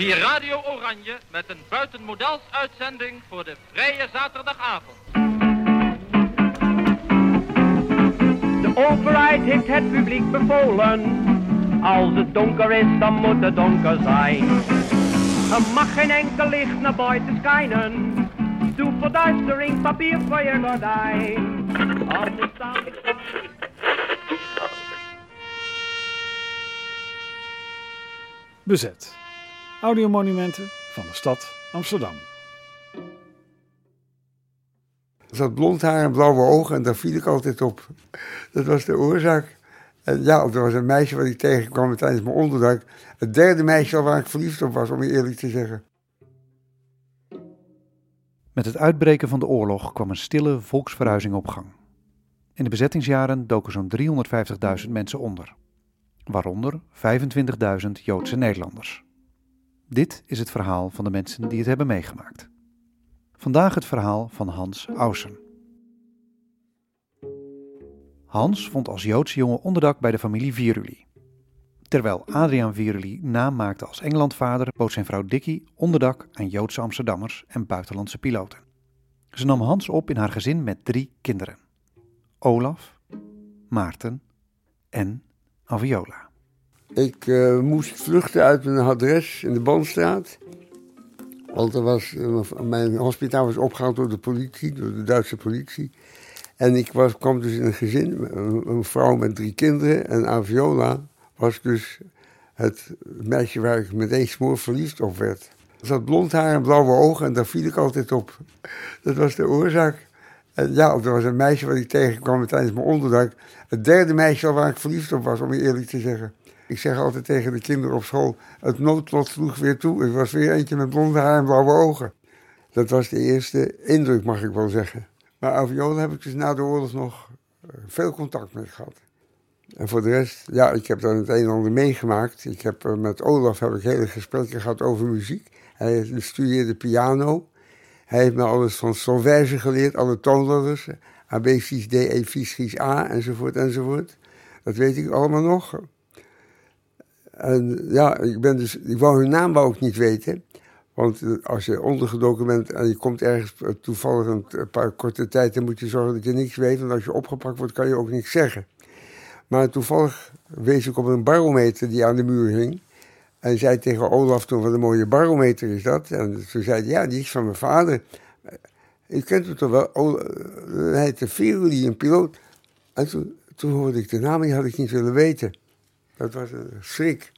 Hier Radio Oranje met een buitenmodels uitzending voor de vrije zaterdagavond. De overheid heeft het publiek bevolen. Als het donker is, dan moet het donker zijn. Er mag geen enkel licht naar buiten schijnen. Doe verduistering, papier voor je gordijn. Anders dan... Bezet. Audiomonumenten van de stad Amsterdam. Ze had blond haar en blauwe ogen en daar viel ik altijd op. Dat was de oorzaak. En ja, er was een meisje wat ik tegenkwam tijdens mijn onderdak. Het derde meisje al waar ik verliefd op was, om je eerlijk te zeggen. Met het uitbreken van de oorlog kwam een stille volksverhuizing op gang. In de bezettingsjaren doken zo'n 350.000 mensen onder. Waaronder 25.000 Joodse Nederlanders. Dit is het verhaal van de mensen die het hebben meegemaakt. Vandaag het verhaal van Hans Aussen. Hans vond als Joodse jongen onderdak bij de familie Vieruli. Terwijl Adriaan Vieruli naam maakte als Engelandvader, bood zijn vrouw Dickie onderdak aan Joodse Amsterdammers en buitenlandse piloten. Ze nam Hans op in haar gezin met 3 kinderen. Olaf, Maarten en Aviola. Ik moest vluchten uit mijn adres in de Bandstraat. Want mijn hospitaal was opgehaald door de politie, door de Duitse politie. En ik kwam dus in een gezin, een vrouw met 3 kinderen. En Aviola was dus het meisje waar ik meteen smoor verliefd op werd. Ze had blond haar en blauwe ogen en daar viel ik altijd op. Dat was de oorzaak. En ja, er was een meisje wat ik tegenkwam tijdens mijn onderdak. Het derde meisje al waar ik verliefd op was, om je eerlijk te zeggen. Ik zeg altijd tegen de kinderen op school, het noodlot sloeg weer toe. Er was weer eentje met blonde haar en blauwe ogen. Dat was de eerste indruk, mag ik wel zeggen. Maar Aviola heb ik dus na de oorlog nog veel contact mee gehad. En voor de rest, ja, ik heb dan het een en ander meegemaakt. Met Olaf heb ik hele gesprekken gehad over muziek. Hij studeerde piano. Hij heeft me alles van solfège geleerd, alle toonladders. A, B, vies, D, E, vies, Gries, A, enzovoort, enzovoort. Dat weet ik allemaal nog. En ja, ik wou hun naam wou ik niet weten. Want als je ondergedoken bent en je komt ergens toevallig een paar korte tijd, dan moet je zorgen dat je niks weet. Want als je opgepakt wordt, kan je ook niks zeggen. Maar toevallig wees ik op een barometer die aan de muur hing. En zei tegen Olaf toen, wat een mooie barometer is dat. En toen zei hij, ja, die is van mijn vader. U kent het toch wel? Hij heette Vieruli, een piloot. En toen hoorde ik de naam en die had ik niet willen weten. Dat was een schrik.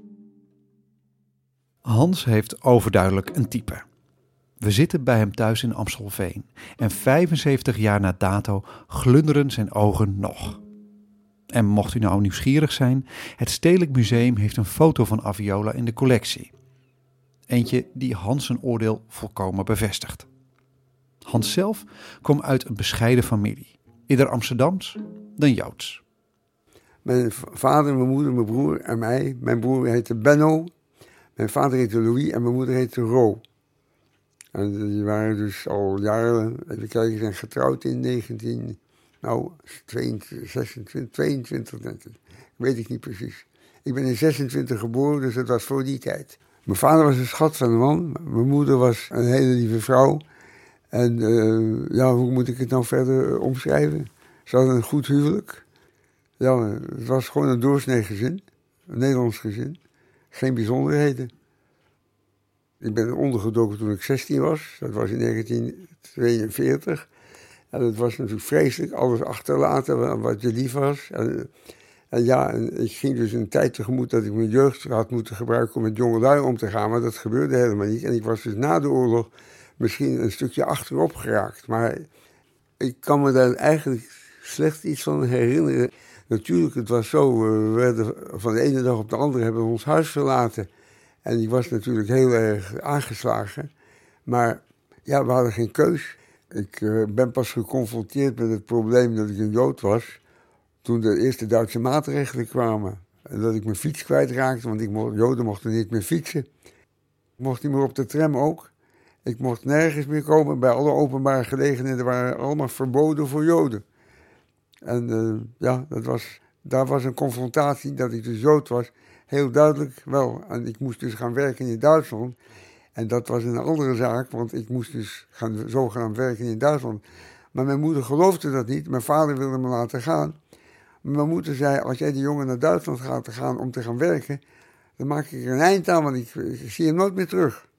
Hans heeft overduidelijk een type. We zitten bij hem thuis in Amstelveen en 75 jaar na dato glunderen zijn ogen nog. En mocht u nou nieuwsgierig zijn, het Stedelijk Museum heeft een foto van Aviola in de collectie. Eentje die Hans zijn oordeel volkomen bevestigt. Hans zelf kwam uit een bescheiden familie, eerder Amsterdams dan Joods. Mijn vader, mijn moeder, mijn broer en mij. Mijn broer heette Benno. Mijn vader heette Louis en mijn moeder heette Ro. En die waren dus al jaren, even kijken, zijn getrouwd in 22 denk ik. Weet ik niet precies. Ik ben in 26 geboren, dus dat was voor die tijd. Mijn vader was een schat van een man. Mijn moeder was een hele lieve vrouw. En ja, hoe moet ik het nou verder omschrijven? Ze hadden een goed huwelijk. Ja, het was gewoon een doorsnee gezin. Een Nederlands gezin. Geen bijzonderheden. Ik ben ondergedoken toen ik 16 was. Dat was in 1942. En dat was natuurlijk vreselijk. Alles achterlaten wat je lief was. En ja, ik ging dus een tijd tegemoet dat ik mijn jeugd had moeten gebruiken om met jongelui om te gaan. Maar dat gebeurde helemaal niet. En ik was dus na de oorlog misschien een stukje achterop geraakt. Maar ik kan me daar eigenlijk slecht iets van herinneren. Natuurlijk, het was zo, we werden van de ene dag op de andere hebben we ons huis verlaten. En ik was natuurlijk heel erg aangeslagen. Maar ja, we hadden geen keus. Ik ben pas geconfronteerd met het probleem dat ik een Jood was toen de eerste Duitse maatregelen kwamen. En dat ik mijn fiets kwijtraakte, want Joden mochten niet meer fietsen. Ik mocht niet meer op de tram ook. Ik mocht nergens meer komen. Bij alle openbare gelegenheden waren allemaal verboden voor Joden. En ja, daar was een confrontatie dat ik dus Jood was. heel duidelijk wel. En ik moest dus gaan werken in Duitsland. En dat was een andere zaak, want ik moest dus zogenaamd werken in Duitsland. Maar mijn moeder geloofde dat niet. Mijn vader wilde me laten gaan. Maar mijn moeder zei, als jij die jongen naar Duitsland gaat gaan om te gaan werken, dan maak ik er een eind aan, want ik zie hem nooit meer terug.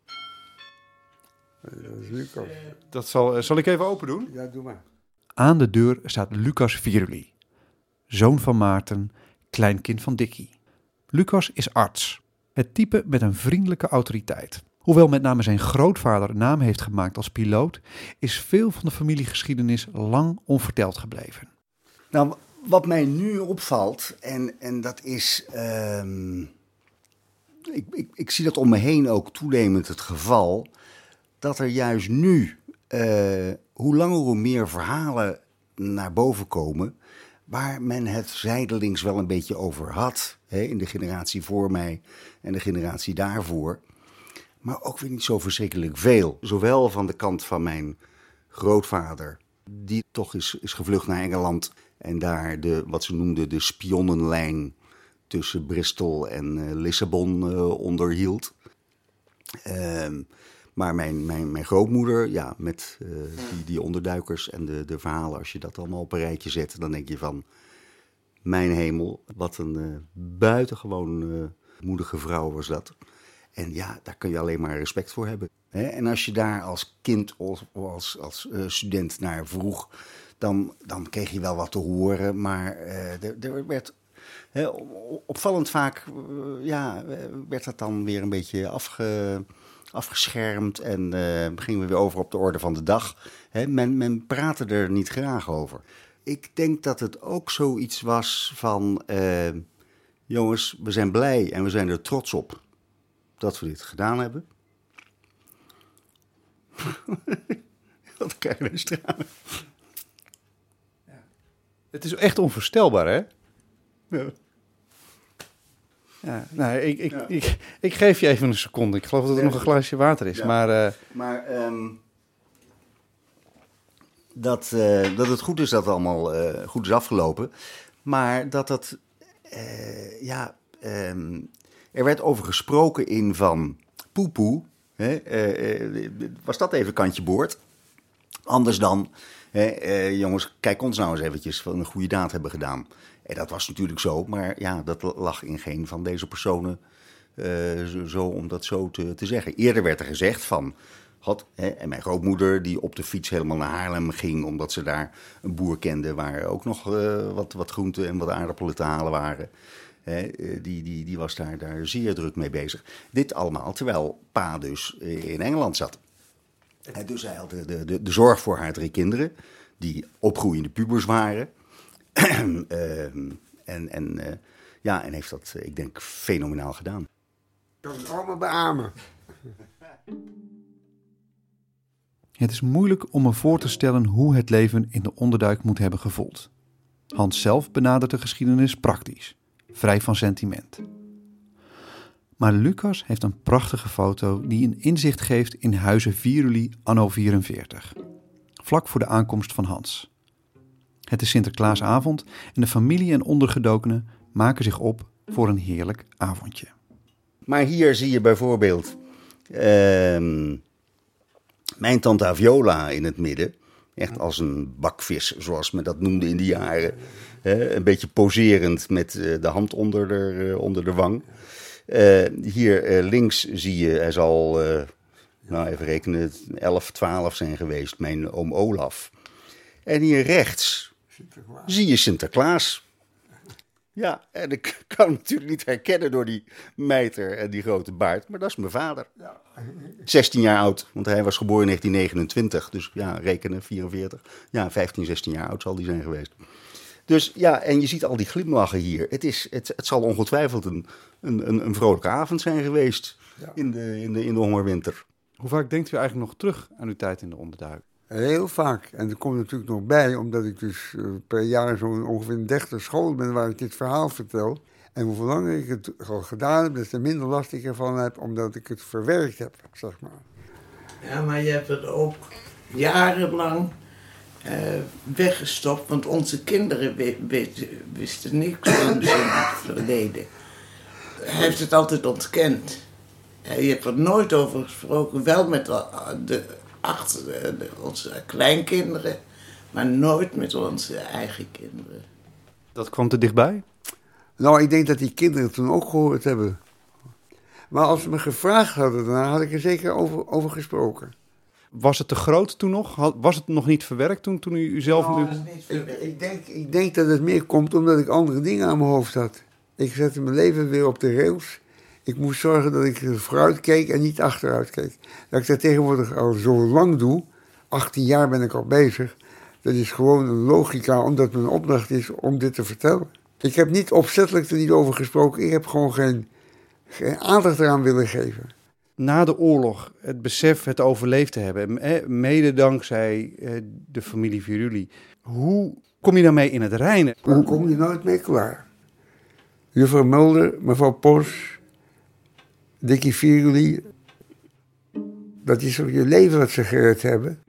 Dat is Lucas. Dat zal ik even open doen? Ja, doe maar. Aan de deur staat Lucas Viruli, zoon van Maarten, kleinkind van Dickie. Lucas is arts, het type met een vriendelijke autoriteit. Hoewel met name zijn grootvader naam heeft gemaakt als piloot, is veel van de familiegeschiedenis lang onverteld gebleven. Nou, wat mij nu opvalt, en dat is... Ik zie dat om me heen ook toenemend het geval, dat er juist nu, hoe langer hoe meer verhalen naar boven komen, waar men het zijdelings wel een beetje over had, hè, in de generatie voor mij en de generatie daarvoor. Maar ook weer niet zo verschrikkelijk veel. Zowel van de kant van mijn grootvader, die toch is gevlucht naar Engeland en daar wat ze noemden de spionnenlijn tussen Bristol en Lissabon onderhield. Maar mijn grootmoeder, ja, met die onderduikers en de verhalen, als je dat allemaal op een rijtje zet, dan denk je van, mijn hemel, wat een buitengewoon moedige vrouw was dat. En ja, daar kun je alleen maar respect voor hebben. Hè? En als je daar als kind of als student naar vroeg, dan kreeg je wel wat te horen. Maar er werd opvallend vaak, werd dat dan weer een beetje afgeschermd. En gingen we weer over op de orde van de dag. Hè? Men praatte er niet graag over. Ik denk dat het ook zoiets was van, jongens, we zijn blij en we zijn er trots op dat we dit gedaan hebben. Wat krijg je een stralen? Ja. Het is echt onvoorstelbaar, hè? Ja. Ja, nou, ik geef je even een seconde. Ik geloof dat er nog een glaasje water is. Ja. Maar dat het goed is dat het allemaal goed is afgelopen. Maar dat er werd over gesproken in van poepoe. Was dat even kantje boord? Anders dan, jongens, kijk ons nou eens eventjes van een goede daad hebben gedaan. En dat was natuurlijk zo, maar ja, dat lag in geen van deze personen zo om dat zo te zeggen. Eerder werd er gezegd van, en mijn grootmoeder die op de fiets helemaal naar Haarlem ging, omdat ze daar een boer kende waar ook nog wat groenten en wat aardappelen te halen waren. Die was daar zeer druk mee bezig. Dit allemaal terwijl pa dus in Engeland zat. Dus hij had de zorg voor haar 3 kinderen, die opgroeiende pubers waren. En heeft dat, ik denk, fenomenaal gedaan. Ik kan het allemaal beamen. Het is moeilijk om me voor te stellen hoe het leven in de onderduik moet hebben gevoeld. Hans zelf benadert de geschiedenis praktisch, vrij van sentiment. Maar Lucas heeft een prachtige foto die een inzicht geeft in Huize Viruli anno 44. Vlak voor de aankomst van Hans. Het is Sinterklaasavond en de familie en ondergedokenen maken zich op voor een heerlijk avondje. Maar hier zie je bijvoorbeeld mijn tante Aviola in het midden. Echt als een bakvis, zoals men dat noemde in die jaren. Een beetje poserend met de hand onder de wang. Hier links zie je, hij zal, even rekenen, 11, 12 zijn geweest, mijn oom Olaf. En hier rechts zie je Sinterklaas. Ja, en ik kan hem natuurlijk niet herkennen door die mijter en die grote baard, maar dat is mijn vader. 16 jaar oud, want hij was geboren in 1929, dus ja, rekenen 44. Ja, 15, 16 jaar oud zal die zijn geweest. Dus ja, en je ziet al die glimlachen hier. Het zal ongetwijfeld een vrolijke avond zijn geweest in de hongerwinter. Hoe vaak denkt u eigenlijk nog terug aan uw tijd in de onderduik? Heel vaak. En er komt natuurlijk nog bij, omdat ik dus per jaar zo'n ongeveer 30 school ben waar ik dit verhaal vertel. En hoe langer ik het al gedaan heb, des te minder last ik ervan heb, omdat ik het verwerkt heb, zeg maar. Ja, maar je hebt het ook jarenlang weggestopt, want onze kinderen wisten niks van het verleden. Hij heeft het altijd ontkend. Je hebt er nooit over gesproken, wel met onze kleinkinderen, maar nooit met onze eigen kinderen. Dat kwam te dichtbij? Nou, ik denk dat die kinderen toen ook gehoord hebben. Maar als ze me gevraagd hadden, dan had ik er zeker over gesproken. Was het te groot toen nog? Was het nog niet verwerkt toen u zelf... Ik denk dat het meer komt omdat ik andere dingen aan mijn hoofd had. Ik zette mijn leven weer op de rails. Ik moest zorgen dat ik vooruit keek en niet achteruit keek. Dat ik dat tegenwoordig al zo lang doe, 18 jaar ben ik al bezig. Dat is gewoon een logica, omdat mijn opdracht is om dit te vertellen. Ik heb niet opzettelijk er niet over gesproken. Ik heb gewoon geen aandacht eraan willen geven. Na de oorlog, het besef het overleefd te hebben, mede dankzij de familie Viruli. Hoe kom je daarmee in het reinen? Daar kom je nooit mee klaar. Juffrouw Mulder, mevrouw Pors, Dickie Viruli. Dat is ook je leven wat ze gered hebben.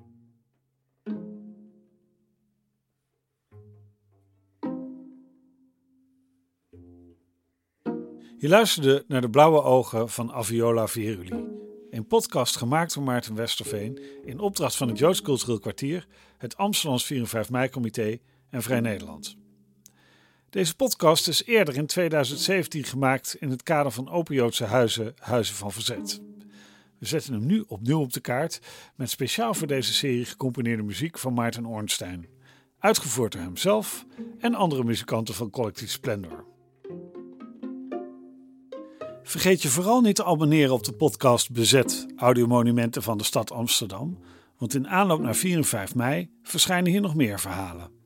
Je luisterde naar De Blauwe Ogen van Aviola Viruli. Een podcast gemaakt door Maarten Westerveen in opdracht van het Joods Cultureel Kwartier, het Amsterdams 4 en 5 mei-comité en Vrij Nederland. Deze podcast is eerder in 2017 gemaakt in het kader van Open Joodse Huizen, Huizen van Verzet. We zetten hem nu opnieuw op de kaart met speciaal voor deze serie gecomponeerde muziek van Maarten Ornstein. Uitgevoerd door hemzelf en andere muzikanten van Collectief Splendor. Vergeet je vooral niet te abonneren op de podcast Bezet, audiomonumenten van de stad Amsterdam, want in aanloop naar 4 en 5 mei verschijnen hier nog meer verhalen.